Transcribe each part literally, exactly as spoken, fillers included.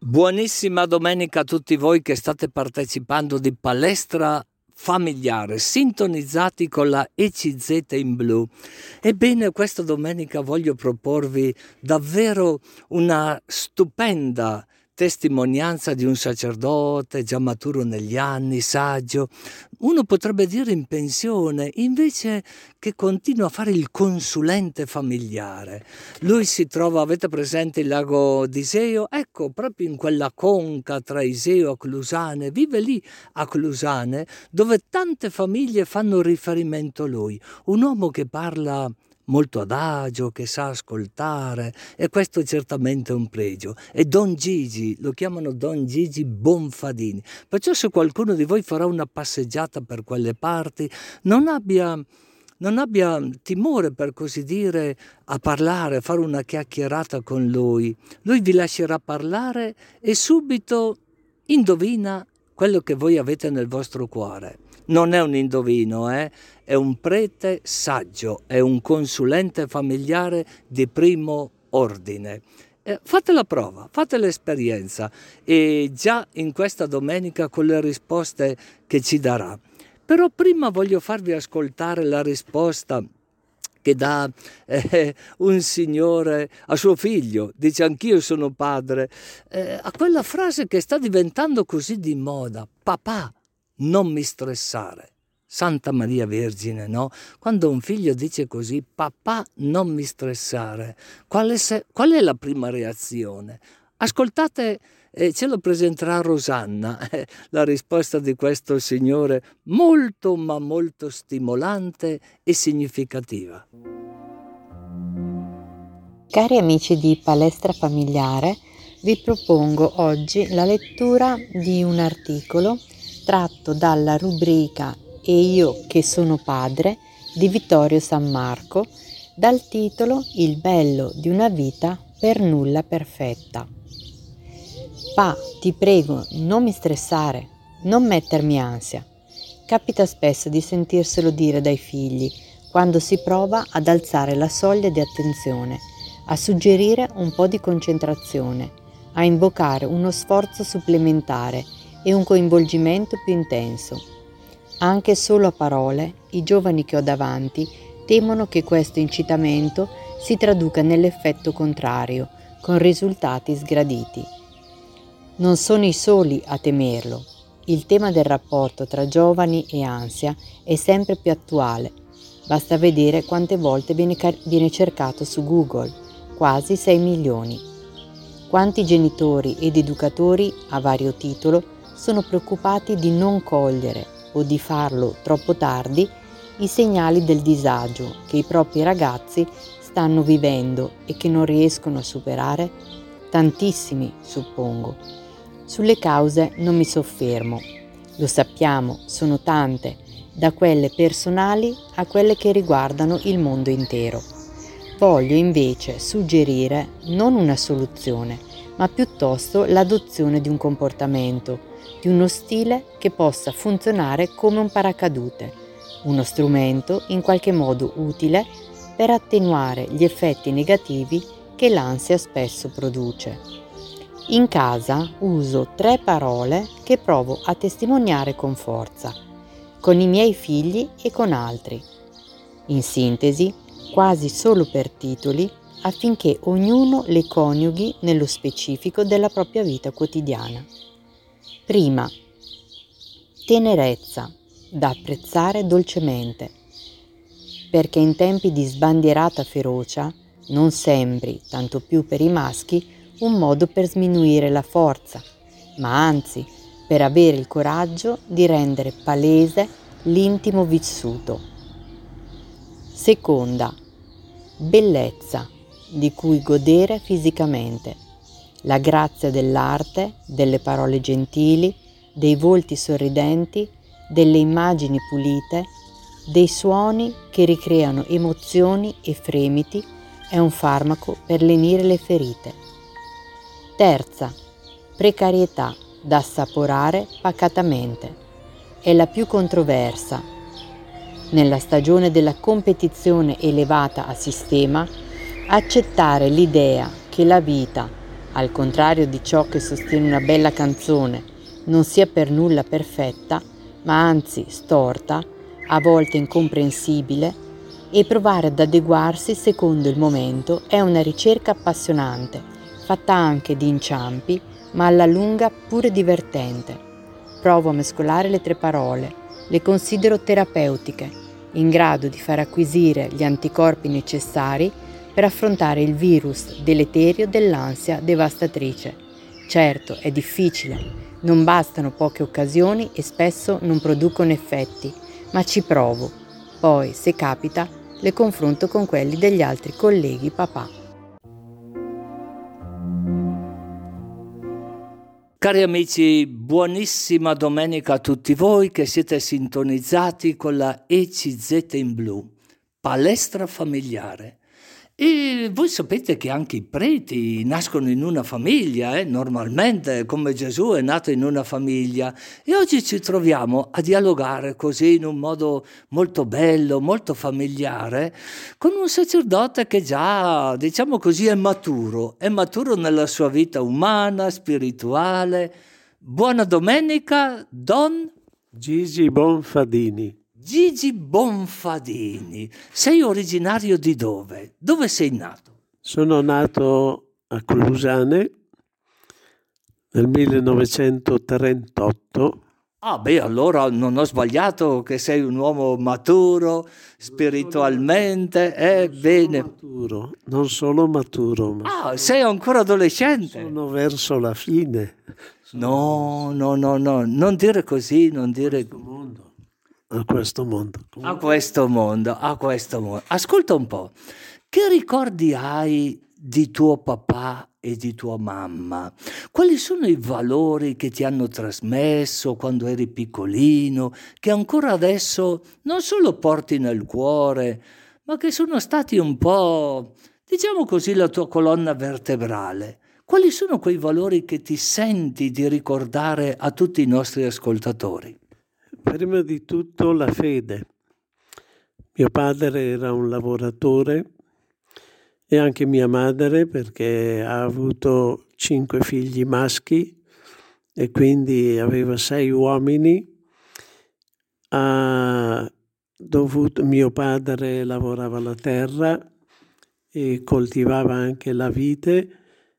Buonissima domenica a tutti voi che state partecipando di Palestra Familiare, sintonizzati con la E C Z in blu. Ebbene, questa domenica voglio proporvi davvero una stupenda testimonianza di un sacerdote già maturo negli anni, saggio, uno potrebbe dire in pensione, invece che continua a fare il consulente familiare. Lui si trova, avete presente il lago di Iseo? Ecco, proprio in quella conca tra Iseo e Clusane, vive lì a Clusane, dove tante famiglie fanno riferimento a lui. Un uomo che parla molto adagio, che sa ascoltare, e questo certamente è un pregio. E Don Gigi, lo chiamano Don Gigi Bonfadini. Perciò se qualcuno di voi farà una passeggiata per quelle parti, non abbia, non abbia timore, per così dire, a parlare, a fare una chiacchierata con lui. Lui vi lascerà parlare e subito indovina quello che voi avete nel vostro cuore. Non è un indovino, eh? È un prete saggio, è un consulente familiare di primo ordine. Eh, fate la prova, fate l'esperienza e già in questa domenica con le risposte che ci darà. Però prima voglio farvi ascoltare la risposta che dà eh, un signore a suo figlio, dice anch'io sono padre, eh, a quella frase che sta diventando così di moda: papà, non mi stressare. Santa Maria Vergine, no? Quando un figlio dice così, papà, non mi stressare, qual è, se, qual è la prima reazione? Ascoltate, eh, ce lo presenterà Rosanna, eh, la risposta di questo signore, molto ma molto stimolante e significativa. Cari amici di Palestra Familiare, vi propongo oggi la lettura di un articolo tratto dalla rubrica E io che sono padre di Vittorio San Marco, dal titolo Il bello di una vita per nulla perfetta. Pa, ti prego, non mi stressare, non mettermi ansia. Capita spesso di sentirselo dire dai figli quando si prova ad alzare la soglia di attenzione, a suggerire un po' di concentrazione, a invocare uno sforzo supplementare e un coinvolgimento più intenso. Anche solo a parole, i giovani che ho davanti temono che questo incitamento si traduca nell'effetto contrario, con risultati sgraditi. Non sono i soli a temerlo. Il tema del rapporto tra giovani e ansia è sempre più attuale. Basta vedere quante volte viene, car- viene cercato su Google, quasi sei milioni. Quanti genitori ed educatori, a vario titolo, sono preoccupati di non cogliere o di farlo troppo tardi i segnali del disagio che i propri ragazzi stanno vivendo e che non riescono a superare? Tantissimi, suppongo. Sulle cause non mi soffermo. Lo sappiamo, sono tante, da quelle personali a quelle che riguardano il mondo intero. Voglio invece suggerire non una soluzione, ma piuttosto l'adozione di un comportamento, di uno stile che possa funzionare come un paracadute, uno strumento in qualche modo utile per attenuare gli effetti negativi che l'ansia spesso produce. In casa uso tre parole che provo a testimoniare con forza, con i miei figli e con altri. In sintesi, quasi solo per titoli, affinché ognuno le coniughi nello specifico della propria vita quotidiana. Prima, tenerezza, da apprezzare dolcemente, perché in tempi di sbandierata ferocia non sembri, tanto più per i maschi, un modo per sminuire la forza, ma anzi per avere il coraggio di rendere palese l'intimo vissuto. Seconda, bellezza, di cui godere fisicamente. La grazia dell'arte, delle parole gentili, dei volti sorridenti, delle immagini pulite, dei suoni che ricreano emozioni e fremiti è un farmaco per lenire le ferite. Terza, precarietà da assaporare pacatamente. È la più controversa. Nella stagione della competizione elevata a sistema, accettare l'idea che la vita al contrario di ciò che sostiene una bella canzone, non sia per nulla perfetta, ma anzi storta, a volte incomprensibile, e provare ad adeguarsi secondo il momento è una ricerca appassionante, fatta anche di inciampi, ma alla lunga pure divertente. Provo a mescolare le tre parole, le considero terapeutiche, in grado di far acquisire gli anticorpi necessari per affrontare il virus deleterio dell'ansia devastatrice. Certo, è difficile, non bastano poche occasioni e spesso non producono effetti, ma ci provo. Poi, se capita, le confronto con quelli degli altri colleghi papà. Cari amici, buonissima domenica a tutti voi che siete sintonizzati con la E C Z in blu, palestra familiare. E voi sapete che anche i preti nascono in una famiglia, eh? Normalmente, come Gesù è nato in una famiglia. E oggi ci troviamo a dialogare così in un modo molto bello, molto familiare, con un sacerdote che già, diciamo così, è maturo, è maturo nella sua vita umana, spirituale. Buona domenica, Don Gigi Bonfadini. Gigi Bonfadini. Sei originario di dove? Dove sei nato? Sono nato a Clusane nel millenovecentotrentotto. Ah beh, allora non ho sbagliato, che sei un uomo maturo spiritualmente, eh, non bene. Sono maturo, non solo maturo, ma Ah, sei ancora adolescente? sono verso la fine. No, no, no, no, non dire così, non dire... Mondo. A questo mondo. A questo mondo, a questo mondo. Ascolta un po', che ricordi hai di tuo papà e di tua mamma? Quali sono i valori che ti hanno trasmesso quando eri piccolino, che ancora adesso non solo porti nel cuore, ma che sono stati un po', diciamo così, la tua colonna vertebrale? Quali sono quei valori che ti senti di ricordare a tutti i nostri ascoltatori? Prima di tutto la fede. Mio padre era un lavoratore e anche mia madre, perché ha avuto cinque figli maschi e quindi aveva sei uomini. Ha dovuto, mio padre lavorava la terra e coltivava anche la vite,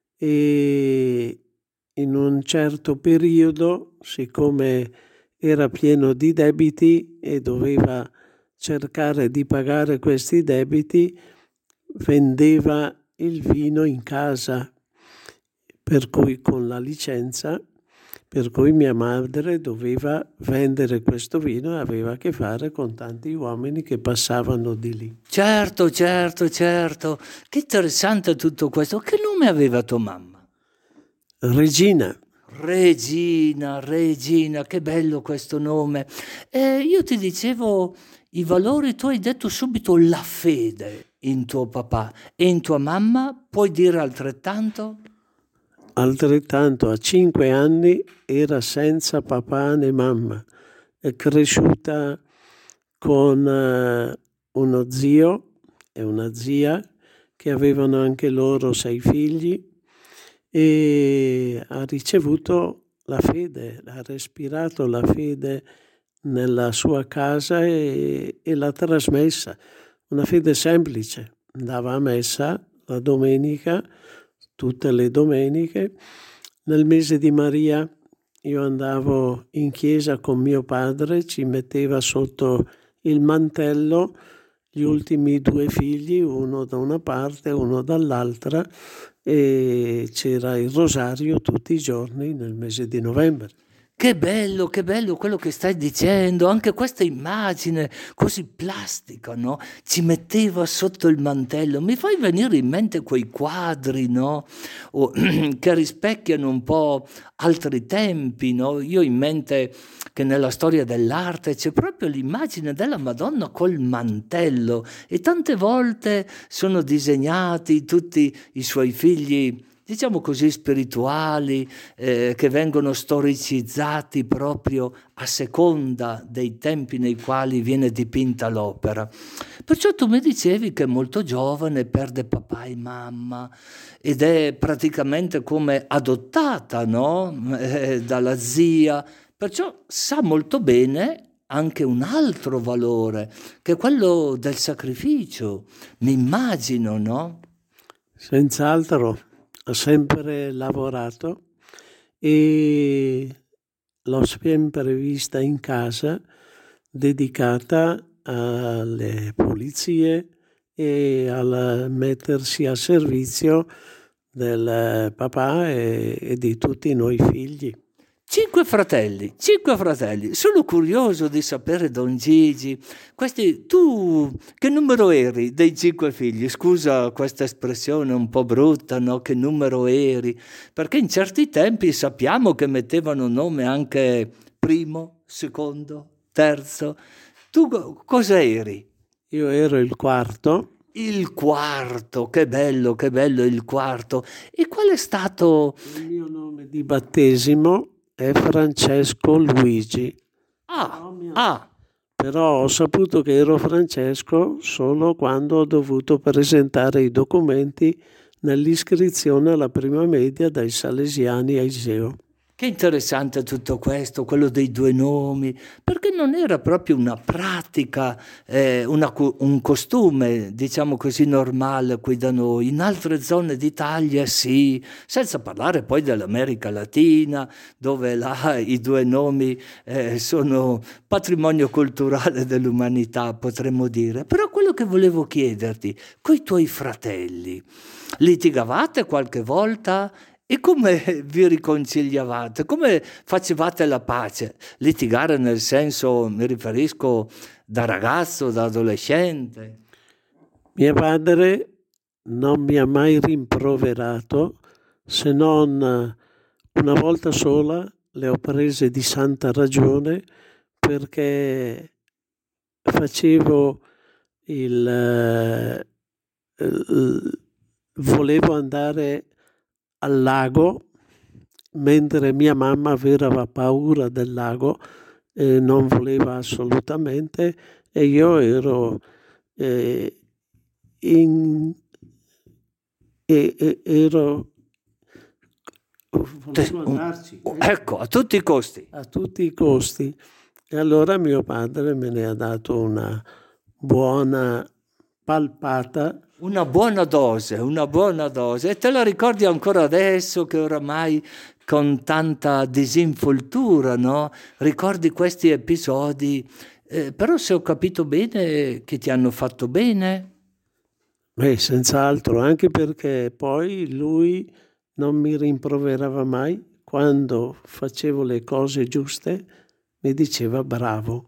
e in un certo periodo, siccome era pieno di debiti e doveva cercare di pagare questi debiti, vendeva il vino in casa, per cui con la licenza, per cui mia madre doveva vendere questo vino e aveva a che fare con tanti uomini che passavano di lì. Certo, certo, certo. Che interessante tutto questo. Che nome aveva tua mamma? Regina. Regina, Regina, che bello questo nome. Eh, io ti dicevo i valori, tu hai detto subito la fede in tuo papà e in tua mamma, puoi dire altrettanto? Altrettanto, a cinque anni era senza papà né mamma, è cresciuta con uh, uno zio e una zia che avevano anche loro sei figli, e ha ricevuto la fede, ha respirato la fede nella sua casa e, e l'ha trasmessa. Una fede semplice, andava a messa la domenica, tutte le domeniche. Nel mese di Maria io andavo in chiesa con mio padre, ci metteva sotto il mantello gli ultimi due figli, uno da una parte, uno dall'altra, e c'era il rosario tutti i giorni nel mese di novembre. Che bello, che bello quello che stai dicendo, anche questa immagine così plastica, no? Ci metteva sotto il mantello, mi fai venire in mente quei quadri, no? O, che rispecchiano un po' altri tempi, no? Io ho in mente che nella storia dell'arte c'è proprio l'immagine della Madonna col mantello e tante volte sono disegnati tutti i suoi figli, diciamo così, spirituali, eh, che vengono storicizzati proprio a seconda dei tempi nei quali viene dipinta l'opera. Perciò tu mi dicevi che è molto giovane, perde papà e mamma ed è praticamente come adottata, no? Eh, dalla zia, perciò sa molto bene anche un altro valore, che è quello del sacrificio, mi immagino, no? Senz'altro, ho sempre lavorato e l'ho sempre vista in casa dedicata alle pulizie e al mettersi a servizio del papà e, e di tutti noi figli. Cinque fratelli, cinque fratelli. Sono curioso di sapere, Don Gigi, questi, tu che numero eri dei cinque figli? Scusa questa espressione un po' brutta, no? Che numero eri? Perché in certi tempi sappiamo che mettevano nome anche primo, secondo, terzo. Tu cosa eri? Io ero il quarto. Il quarto, che bello, che bello il quarto. E qual è stato... Il mio nome di battesimo è Francesco Luigi. Ah, ah. Però ho saputo che ero Francesco solo quando ho dovuto presentare i documenti nell'iscrizione alla prima media dai Salesiani a Iseo. Che interessante tutto questo, quello dei due nomi, perché non era proprio una pratica, eh, una, un costume, diciamo così, normale qui da noi. In altre zone d'Italia sì, senza parlare poi dell'America Latina, dove là i due nomi eh, sono patrimonio culturale dell'umanità, potremmo dire. Però quello che volevo chiederti, coi tuoi fratelli, litigavate qualche volta? E come vi riconciliavate? Come facevate la pace? Litigare nel senso, mi riferisco, da ragazzo, da adolescente? Mio padre non mi ha mai rimproverato, se non una volta sola le ho prese di santa ragione perché facevo il... il volevo andare al lago, mentre mia mamma aveva paura del lago, eh, non voleva assolutamente, e io ero eh, in e, e ero volevo andarci eh, ecco, a tutti i costi a tutti i costi, e allora mio padre me ne ha dato una buona palpata. Una buona dose, una buona dose. E te la ricordi ancora adesso che oramai con tanta disinvoltura, no? Ricordi questi episodi, eh, però se ho capito bene che ti hanno fatto bene? Beh, senz'altro, anche perché poi lui non mi rimproverava mai. Quando facevo le cose giuste mi diceva bravo.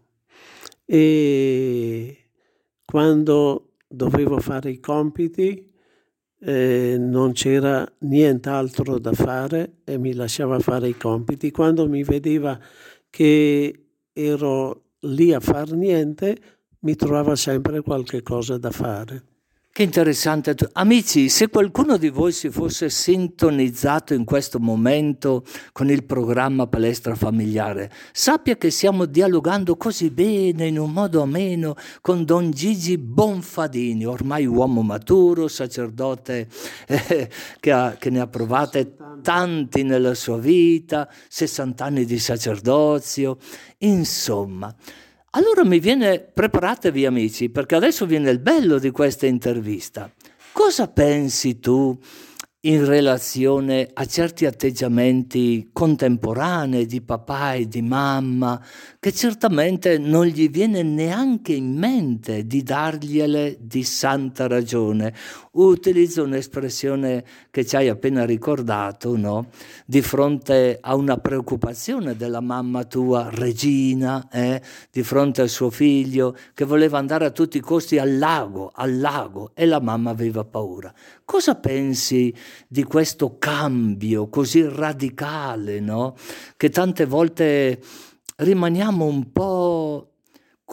E quando dovevo fare i compiti, eh, non c'era nient'altro da fare e mi lasciava fare i compiti. Quando mi vedeva che ero lì a far niente, mi trovava sempre qualche cosa da fare. Che interessante. Amici, se qualcuno di voi si fosse sintonizzato in questo momento con il programma Palestra Familiare, sappia che stiamo dialogando così bene, in un modo ameno, con Don Gigi Bonfadini, ormai uomo maturo, sacerdote eh, che, ha, che ne ha provate tanti nella sua vita, sessanta anni di sacerdozio, insomma. Allora mi viene, preparatevi amici, perché adesso viene il bello di questa intervista. Cosa pensi tu in relazione a certi atteggiamenti contemporanei di papà e di mamma, che certamente non gli viene neanche in mente di dargliele di santa ragione? Utilizzo un'espressione che ci hai appena ricordato, no? Di fronte a una preoccupazione della mamma tua, Regina, eh? Di fronte al suo figlio che voleva andare a tutti i costi al lago, al lago, e la mamma aveva paura. Cosa pensi di questo cambio così radicale, no? Che tante volte rimaniamo un po'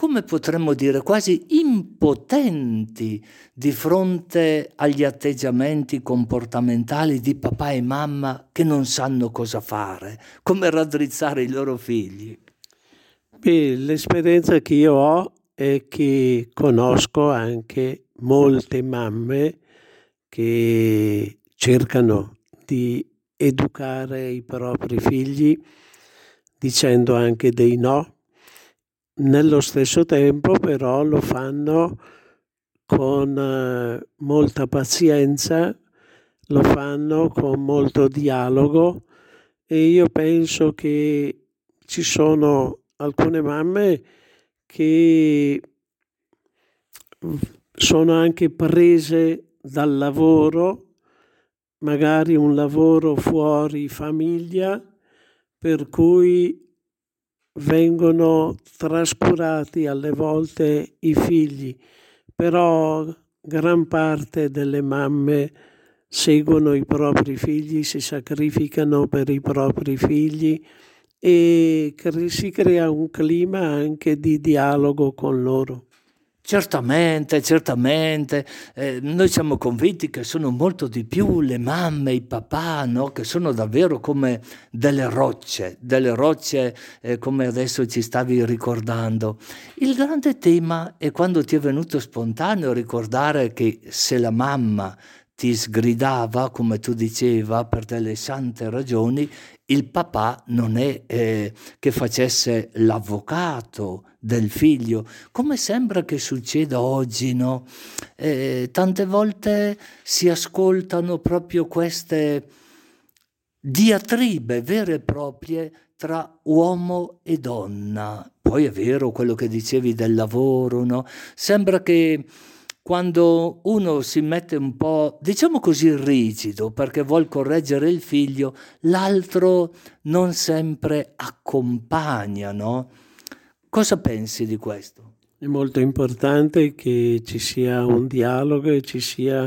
come potremmo dire, quasi impotenti di fronte agli atteggiamenti comportamentali di papà e mamma che non sanno cosa fare, come raddrizzare i loro figli. Beh, l'esperienza che io ho è che conosco anche molte mamme che cercano di educare i propri figli dicendo anche dei no. Nello stesso tempo però lo fanno con eh, molta pazienza, lo fanno con molto dialogo e io penso che ci sono alcune mamme che sono anche prese dal lavoro, magari un lavoro fuori famiglia, per cui vengono trascurati alle volte i figli, però gran parte delle mamme seguono i propri figli, si sacrificano per i propri figli e si crea un clima anche di dialogo con loro. Certamente, certamente, eh, noi siamo convinti che sono molto di più le mamme, i papà, no? Che sono davvero come delle rocce, delle rocce eh, come adesso ci stavi ricordando. Il grande tema è quando ti è venuto spontaneo ricordare che se la mamma ti sgridava, come tu diceva, per delle sante ragioni, il papà non è eh, che facesse l'avvocato del figlio, come sembra che succeda oggi, no? Eh, tante volte si ascoltano proprio queste diatribe vere e proprie tra uomo e donna. Poi è vero quello che dicevi del lavoro, no? Sembra che quando uno si mette un po', diciamo così, rigido perché vuol correggere il figlio, l'altro non sempre accompagna, no? Cosa pensi di questo? È molto importante che ci sia un dialogo e ci sia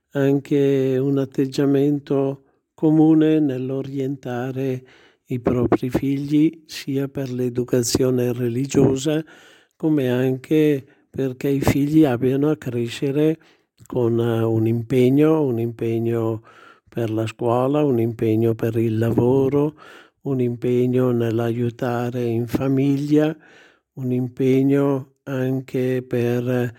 anche un atteggiamento comune nell'orientare i propri figli, sia per l'educazione religiosa come anche perché i figli abbiano a crescere con un impegno, un impegno per la scuola, un impegno per il lavoro, un impegno nell'aiutare in famiglia, un impegno anche per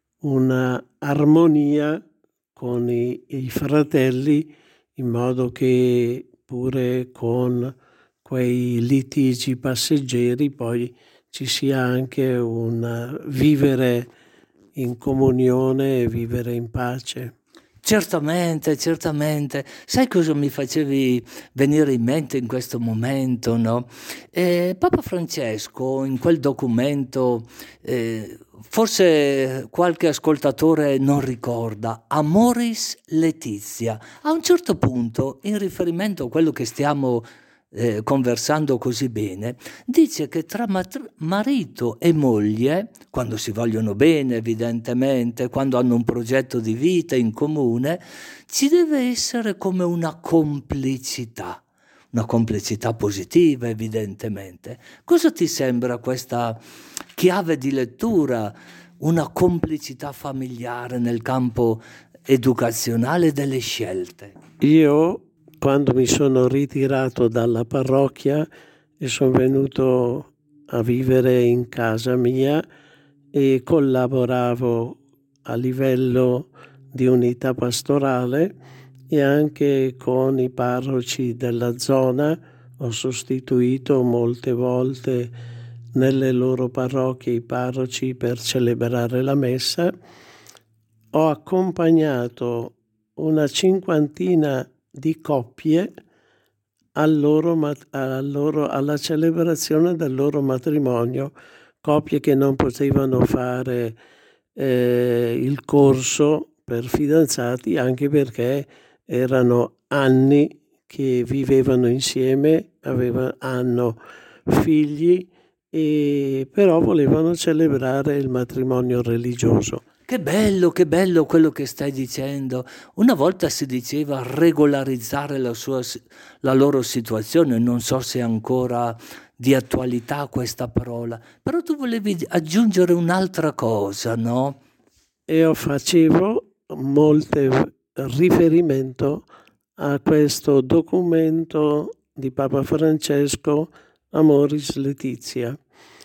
una armonia con i, i fratelli, in modo che pure con quei litigi passeggeri poi ci sia anche un vivere in comunione e vivere in pace. Certamente, certamente. Sai cosa mi facevi venire in mente in questo momento, no? Eh, Papa Francesco in quel documento, eh, forse qualche ascoltatore non ricorda, Amoris Laetitia. A un certo punto, in riferimento a quello che stiamo eh, conversando così bene, dice che tra mat- marito e moglie, quando si vogliono bene evidentemente, quando hanno un progetto di vita in comune, ci deve essere come una complicità, una complicità positiva evidentemente. Cosa ti sembra questa chiave di lettura, una complicità familiare nel campo educazionale delle scelte? Io, quando mi sono ritirato dalla parrocchia e sono venuto a vivere in casa mia e collaboravo a livello di unità pastorale e anche con i parroci della zona, ho sostituito molte volte nelle loro parrocchie i parroci per celebrare la messa. Ho accompagnato una cinquantina di coppie al loro, al loro, alla celebrazione del loro matrimonio, coppie che non potevano fare eh, il corso per fidanzati anche perché erano anni che vivevano insieme, avevano, hanno figli e però volevano celebrare il matrimonio religioso. Che bello, che bello quello che stai dicendo. Una volta si diceva regolarizzare la, sua, la loro situazione, non so se ancora di attualità questa parola, però tu volevi aggiungere un'altra cosa, no? Io facevo molto riferimento a questo documento di Papa Francesco, Amoris Laetitia,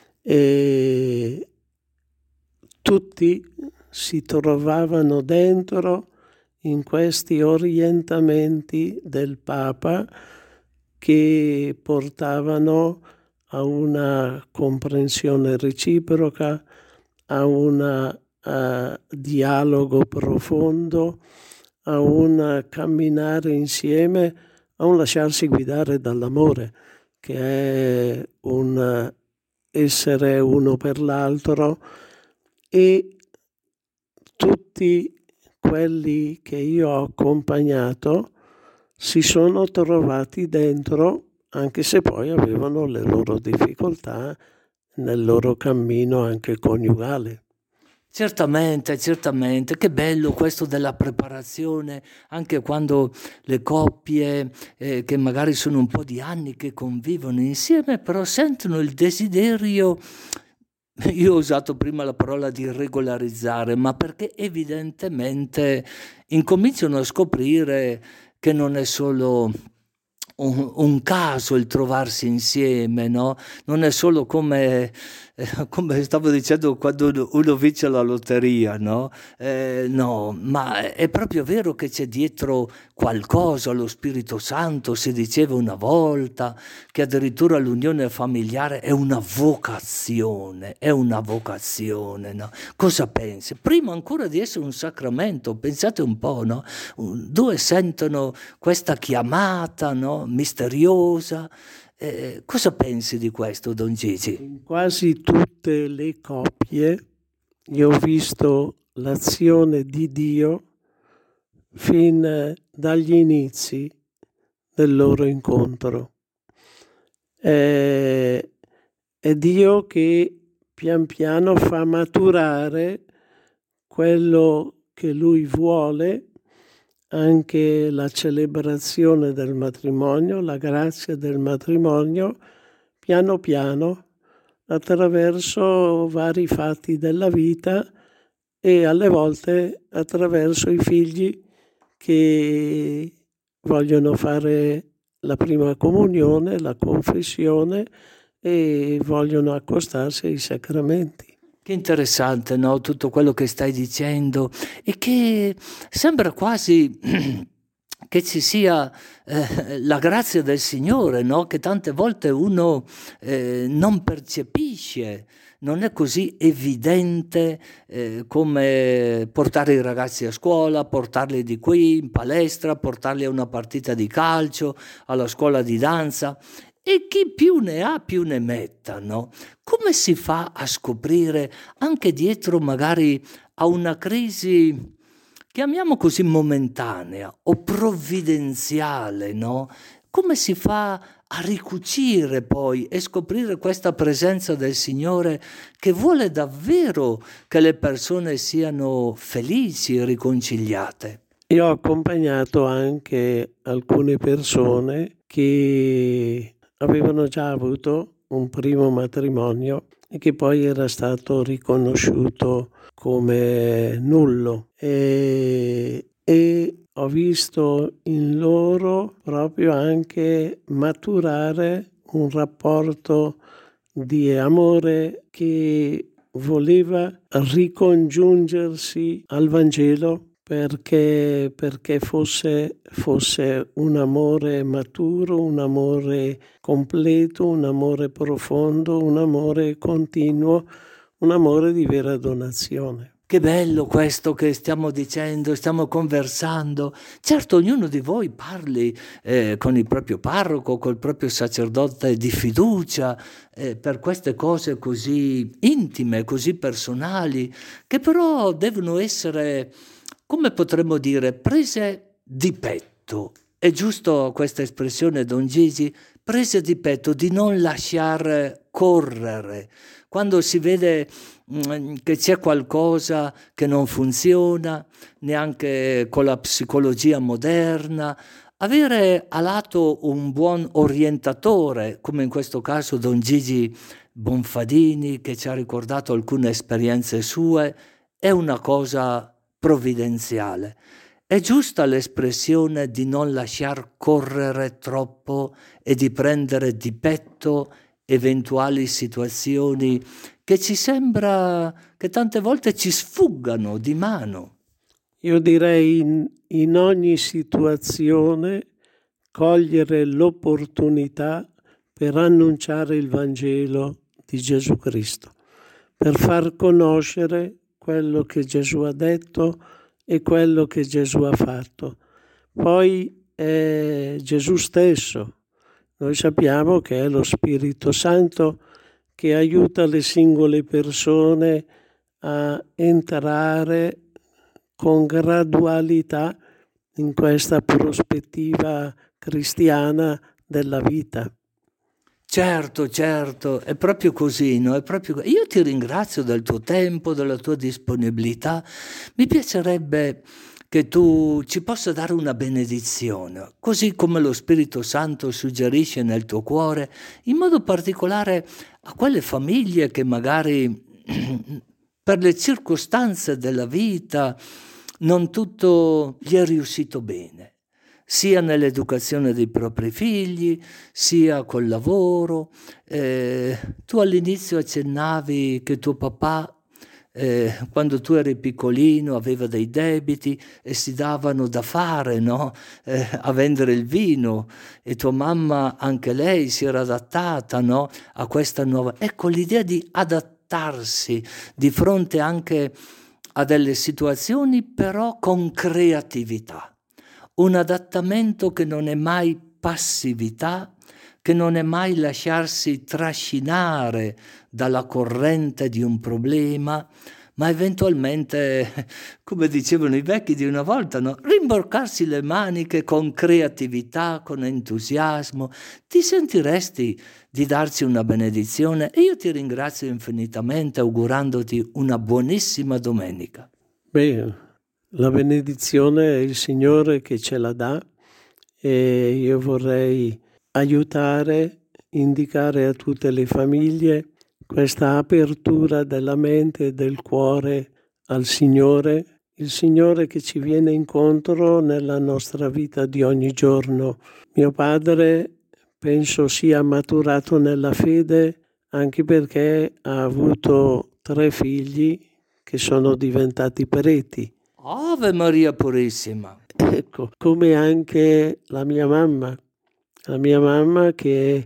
e tutti si trovavano dentro in questi orientamenti del Papa che portavano a una comprensione reciproca, a un dialogo profondo, a un camminare insieme, a un lasciarsi guidare dall'amore, che è un essere uno per l'altro, e tutti quelli che io ho accompagnato si sono trovati dentro, anche se poi avevano le loro difficoltà nel loro cammino anche coniugale. Certamente, certamente, che bello questo della preparazione, anche quando le coppie eh, che magari sono un po' di anni che convivono insieme, però sentono il desiderio, io ho usato prima la parola di regolarizzare, ma perché evidentemente incominciano a scoprire che non è solo un, un caso il trovarsi insieme, no? Non è solo come, eh, come stavo dicendo quando uno, uno vince la lotteria, no? Eh, no, ma è proprio vero che c'è dietro qualcosa, lo Spirito Santo, si diceva una volta, che addirittura l'unione familiare è una vocazione, è una vocazione, no? Cosa pensi? Prima ancora di essere un sacramento, pensate un po', no? Due sentono questa chiamata, no? Misteriosa. Eh, cosa pensi di questo, Don Gigi? In quasi tutte le coppie io ho visto l'azione di Dio fin dagli inizi del loro incontro. È, è Dio che pian piano fa maturare quello che Lui vuole, anche la celebrazione del matrimonio, la grazia del matrimonio, piano piano, attraverso vari fatti della vita e alle volte attraverso i figli che vogliono fare la prima comunione, la confessione e vogliono accostarsi ai sacramenti. Che interessante, no? Tutto quello che stai dicendo, e che sembra quasi che ci sia eh, la grazia del Signore, no? Che tante volte uno eh, non percepisce, non è così evidente eh, come portare i ragazzi a scuola, portarli di qui in palestra, portarli a una partita di calcio, alla scuola di danza. E chi più ne ha più ne metta, no? Come si fa a scoprire anche dietro magari a una crisi, chiamiamo così momentanea o provvidenziale, no? Come si fa a ricucire poi e scoprire questa presenza del Signore che vuole davvero che le persone siano felici e riconciliate? Io ho accompagnato anche alcune persone che avevano già avuto un primo matrimonio e che poi era stato riconosciuto come nullo, e, e ho visto in loro proprio anche maturare un rapporto di amore che voleva ricongiungersi al Vangelo, perché, perché fosse, fosse un amore maturo, un amore completo, un amore profondo, un amore continuo, un amore di vera donazione. Che bello questo che stiamo dicendo, stiamo conversando. Certo, ognuno di voi parli eh, con il proprio parroco, col proprio sacerdote di fiducia, eh, per queste cose così intime, così personali, che però devono essere, come potremmo dire, prese di petto. È giusto questa espressione, Don Gigi? Prese di petto, di non lasciare correre. Quando si vede mh, che c'è qualcosa che non funziona, neanche con la psicologia moderna, Avere a lato un buon orientatore, come in questo caso Don Gigi Bonfadini, che ci ha ricordato alcune esperienze sue, è una cosa provvidenziale. È giusta l'espressione di non lasciar correre troppo e di prendere di petto eventuali situazioni che ci sembra che tante volte ci sfuggano di mano. Io direi in, in ogni situazione cogliere l'opportunità per annunciare il Vangelo di Gesù Cristo, per far conoscere quello che Gesù ha detto e quello che Gesù ha fatto. Poi è Gesù stesso. Noi sappiamo che è lo Spirito Santo che aiuta le singole persone a entrare con gradualità in questa prospettiva cristiana della vita. Certo, certo, è proprio così, no? È proprio... Io ti ringrazio del tuo tempo, della tua disponibilità. Mi piacerebbe che tu ci possa dare una benedizione, così come lo Spirito Santo suggerisce nel tuo cuore, in modo particolare a quelle famiglie che magari per le circostanze della vita non tutto gli è riuscito bene, sia nell'educazione dei propri figli, sia col lavoro. Eh, tu all'inizio accennavi che tuo papà, eh, quando tu eri piccolino, aveva dei debiti e si davano da fare, no? Eh, a vendere il vino, e tua mamma, anche lei, si era adattata, no? A questa nuova... Ecco, l'idea di adattarsi di fronte anche a delle situazioni, però con creatività. Un adattamento che non è mai passività, che non è mai lasciarsi trascinare dalla corrente di un problema, ma eventualmente, come dicevano i vecchi di una volta, no? Rimborcarsi le maniche con creatività, con entusiasmo. Ti sentiresti di darci una benedizione? E io ti ringrazio infinitamente augurandoti una buonissima domenica. Beh, la benedizione è il Signore che ce la dà e io vorrei aiutare, indicare a tutte le famiglie questa apertura della mente e del cuore al Signore, il Signore che ci viene incontro nella nostra vita di ogni giorno. Mio padre penso sia maturato nella fede anche perché ha avuto tre figli che sono diventati preti. Ave Maria Purissima! Ecco, come anche la mia mamma. La mia mamma che,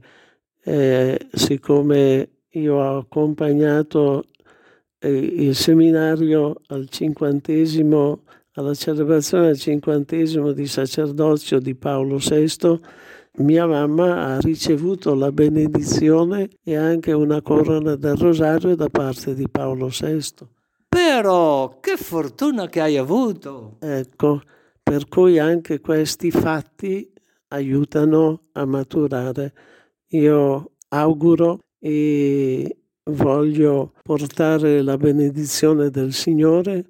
eh, siccome io ho accompagnato eh, il seminario al cinquantesimo, alla celebrazione del cinquantesimo di sacerdozio di Paolo sesto, mia mamma ha ricevuto la benedizione e anche una corona del rosario da parte di Paolo sesto. Però, che fortuna che hai avuto! Ecco, per cui anche questi fatti aiutano a maturare. Io auguro e voglio portare la benedizione del Signore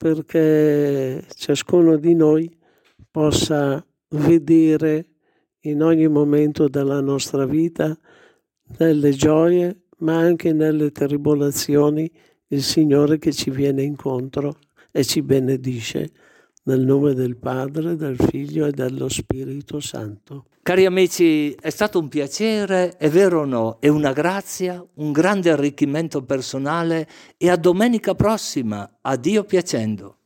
perché ciascuno di noi possa vedere in ogni momento della nostra vita, nelle gioie, ma anche nelle tribolazioni, il Signore che ci viene incontro e ci benedice. Nel nome del Padre, del Figlio e dello Spirito Santo. Cari amici, è stato un piacere, è vero o no? È una grazia, un grande arricchimento personale e a domenica prossima, a Dio piacendo.